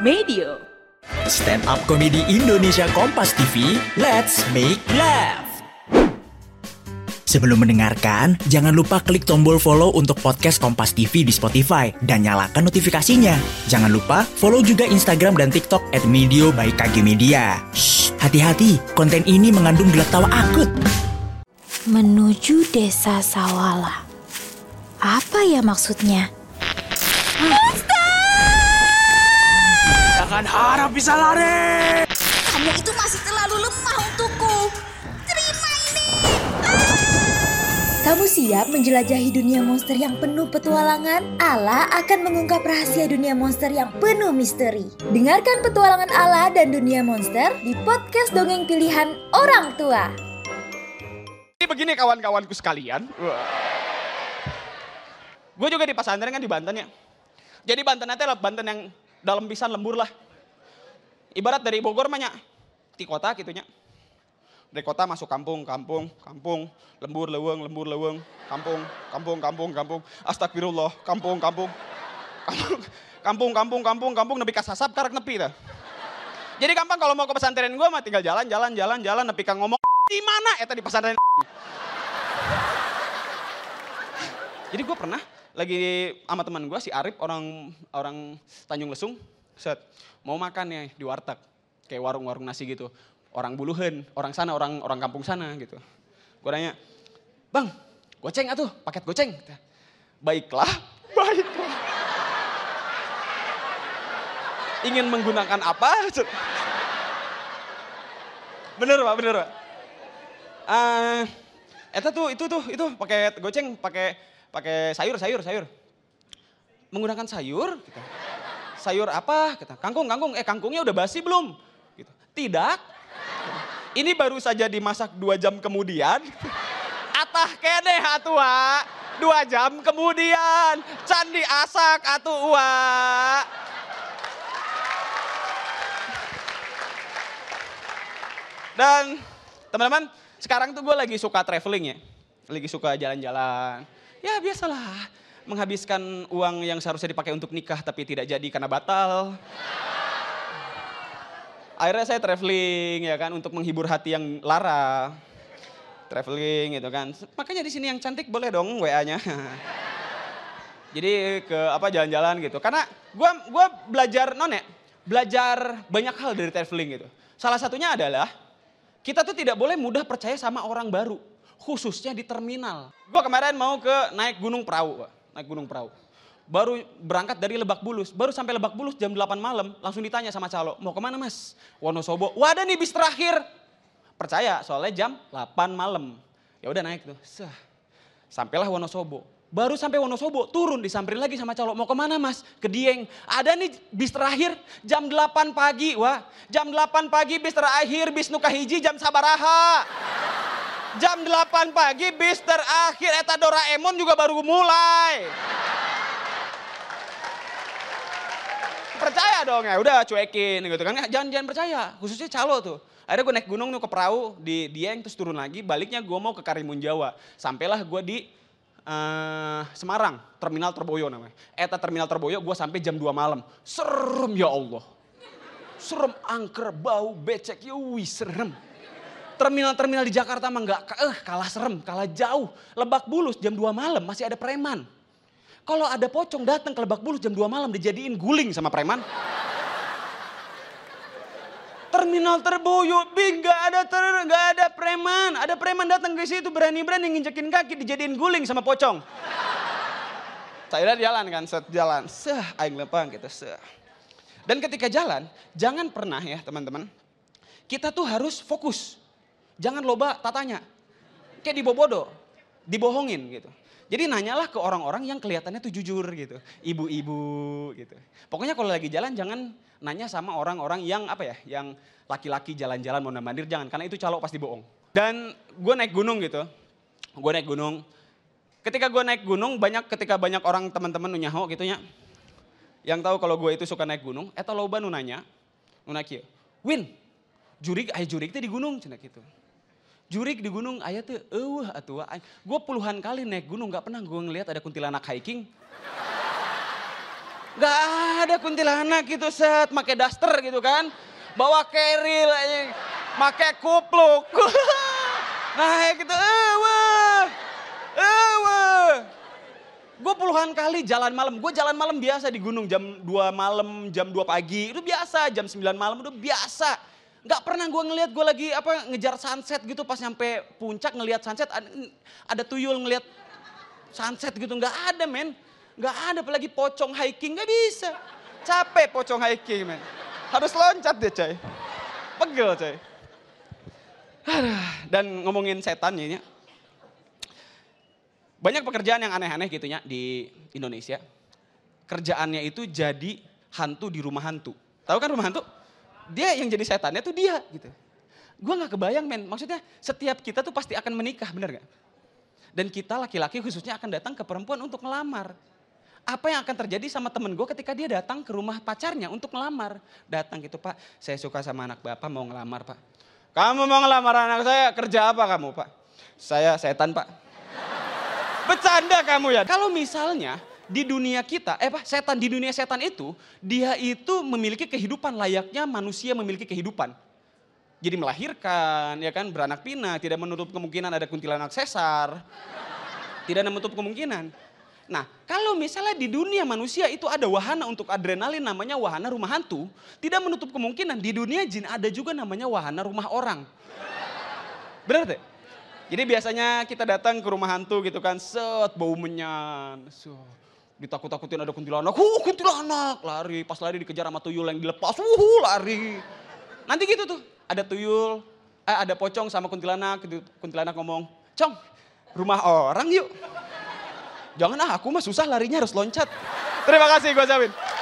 Medio. Stand up komedi Indonesia Kompas TV, let's make laugh. Sebelum mendengarkan, jangan lupa klik tombol follow untuk podcast Kompas TV di Spotify dan nyalakan notifikasinya. Jangan lupa follow juga Instagram dan TikTok @medio by KG Media. Shh, hati-hati, konten ini mengandung gelak tawa akut. Menuju desa Sawala. Apa ya maksudnya? Jangan harap bisa lari. Kamu itu masih terlalu lemah untukku. Terima ini. Kamu siap menjelajahi dunia monster yang penuh petualangan? Ala akan mengungkap rahasia dunia monster yang penuh misteri. Dengarkan petualangan Ala dan dunia monster di podcast dongeng pilihan orang tua. Jadi begini kawan-kawanku sekalian. Gue juga di pesantren kan di Banten ya. Jadi Banten itu adalah Banten yang dalam pisan lembur lah. Ibarat dari Bogor banyak di kota gitunya. Dari kota masuk kampung, lembur leweng, kampung. Astagfirullah, kampung. Kampung nepi kasasap karek nepi dah. Jadi gampang kalau mau ke pesantren gue mah tinggal jalan nepi kang ngomong di mana eta di pesantren. Jadi gue pernah lagi sama teman gue si Arif orang Tanjung Lesung, mau makan ya di warteg kayak warung nasi gitu, orang Buluhen, orang kampung sana gitu. Gue nanya, bang, goceng atuh, paket goceng. Baiklah. Ingin menggunakan apa? Bener pak. Eta itu paket goceng pakai sayur. Menggunakan sayur? Gitu. Sayur apa? Kita kangkung. Kangkungnya udah basi belum? Gitu. Tidak. Ini baru saja dimasak 2 jam kemudian. Atah keneh atua. 2 jam kemudian. Can diasak atuh ua. Dan teman-teman, sekarang tuh gue lagi suka traveling ya. Lagi suka jalan-jalan. Ya biasalah, menghabiskan uang yang seharusnya dipakai untuk nikah tapi tidak jadi karena batal. Akhirnya saya traveling ya kan untuk menghibur hati yang lara. Traveling gitu kan. Makanya di sini yang cantik boleh dong WA-nya. Jadi ke jalan-jalan gitu. Karena gua belajar banyak hal dari traveling gitu. Salah satunya adalah kita tuh tidak boleh mudah percaya sama orang baru. Khususnya di terminal. Gue kemarin mau naik gunung perahu. Baru berangkat dari Lebak Bulus. Baru sampai Lebak Bulus jam 8 malam. Langsung ditanya sama calo, mau kemana mas? Wonosobo. Wah ada nih bis terakhir. Percaya soalnya jam 8 malam. Ya udah naik tuh. Sampailah Wonosobo. Baru sampai Wonosobo turun disamperin lagi sama calo. Mau kemana mas? Ke Dieng. Ada nih bis terakhir jam 8 pagi. Wah jam 8 pagi bis terakhir. Bis Nukahiji jam sabaraha. Jam 8 pagi bis terakhir eta Doraemon juga baru mulai. Percaya dong ya, udah cuekin gitu kan. Jangan percaya, khususnya calo tuh. Akhirnya gue naik gunung tuh ke perahu di Dieng terus turun lagi. Baliknya gue mau ke Karimun Jawa. Sampailah gue di Semarang, Terminal Terboyo namanya. Eta Terminal Terboyo gue sampai jam 2 malam. Serem ya Allah. Serem, angker, bau, becek, serem. Terminal di Jakarta mah kalah serem, kalah jauh. Lebak Bulus jam 2 malam masih ada preman. Kalau ada pocong datang ke Lebak Bulus jam 2 malam dijadiin guling sama preman. Terminal Terboyo, nggak ada preman. Ada preman datang ke situ berani-berani nginjekin kaki dijadiin guling sama pocong. Saya jalan kan, jalan. Aing lepang gitu. Dan ketika jalan, jangan pernah ya teman-teman. Kita tuh harus fokus. Jangan loba tatanya. Kayak dibobodo, dibohongin gitu. Jadi nanyalah ke orang-orang yang kelihatannya tuh jujur gitu. Ibu-ibu gitu. Pokoknya kalau lagi jalan jangan nanya sama orang-orang yang yang laki-laki jalan-jalan mondar-mandir jangan. Karena itu calo pasti bohong. Dan gue naik gunung gitu. Ketika gue naik gunung ketika banyak orang teman-teman nunyaho gitu ya. Yang tahu kalau gue itu suka naik gunung. Eta loba nu nanya. Nu kieu. Win, jurig teh di gunung cenah gitu. Jurig di gunung aya teh atuh. Gue puluhan kali naik gunung gak pernah gue ngelihat ada kuntilanak hiking. Gak ada kuntilanak gitu set, pakai daster gitu kan. Bawa keril, pakai kupluk. Naik gitu, gue puluhan kali jalan malam. Gue jalan malam biasa di gunung jam 2 malam, jam 2 pagi. Itu biasa, jam 9 malam udah biasa. Gak pernah gue ngeliat gue lagi ngejar sunset gitu. Pas nyampe puncak ngeliat sunset, ada tuyul ngeliat sunset gitu. Gak ada men. Gak ada, apalagi pocong hiking, gak bisa. Capek pocong hiking men. Harus loncat deh coy. Pegel coy. Dan ngomongin setan ya. Banyak pekerjaan yang aneh-aneh gitu ya di Indonesia. Kerjaannya itu jadi hantu di rumah hantu. Tahu kan rumah hantu? Dia yang jadi setannya tuh dia gitu. Gue gak kebayang men, maksudnya setiap kita tuh pasti akan menikah, bener gak? Dan kita laki-laki khususnya akan datang ke perempuan untuk melamar. Apa yang akan terjadi sama temen gue ketika dia datang ke rumah pacarnya untuk melamar. Datang gitu, Pak, saya suka sama anak Bapak, mau ngelamar Pak. Kamu mau ngelamar anak saya, kerja apa kamu Pak? Saya setan Pak. Bercanda kamu ya. Kalau misalnya di dunia kita, setan di dunia setan itu, dia itu memiliki kehidupan layaknya manusia memiliki kehidupan. Jadi melahirkan, ya kan, beranak pinak, tidak menutup kemungkinan ada kuntilanak sesar. Tidak menutup kemungkinan. Nah, kalau misalnya di dunia manusia itu ada wahana untuk adrenalin namanya wahana rumah hantu, tidak menutup kemungkinan di dunia jin ada juga namanya wahana rumah orang. Benar deh? Jadi biasanya kita datang ke rumah hantu gitu kan, set bau menyan, ditakut-takutin ada kuntilanak, kuntilanak, lari, pas lari dikejar sama tuyul yang dilepas, lari. Nanti gitu tuh, ada tuyul, ada pocong sama kuntilanak, kuntilanak ngomong, Cong, rumah orang yuk. Jangan aku mah susah larinya harus loncat. Terima kasih gue ucapin.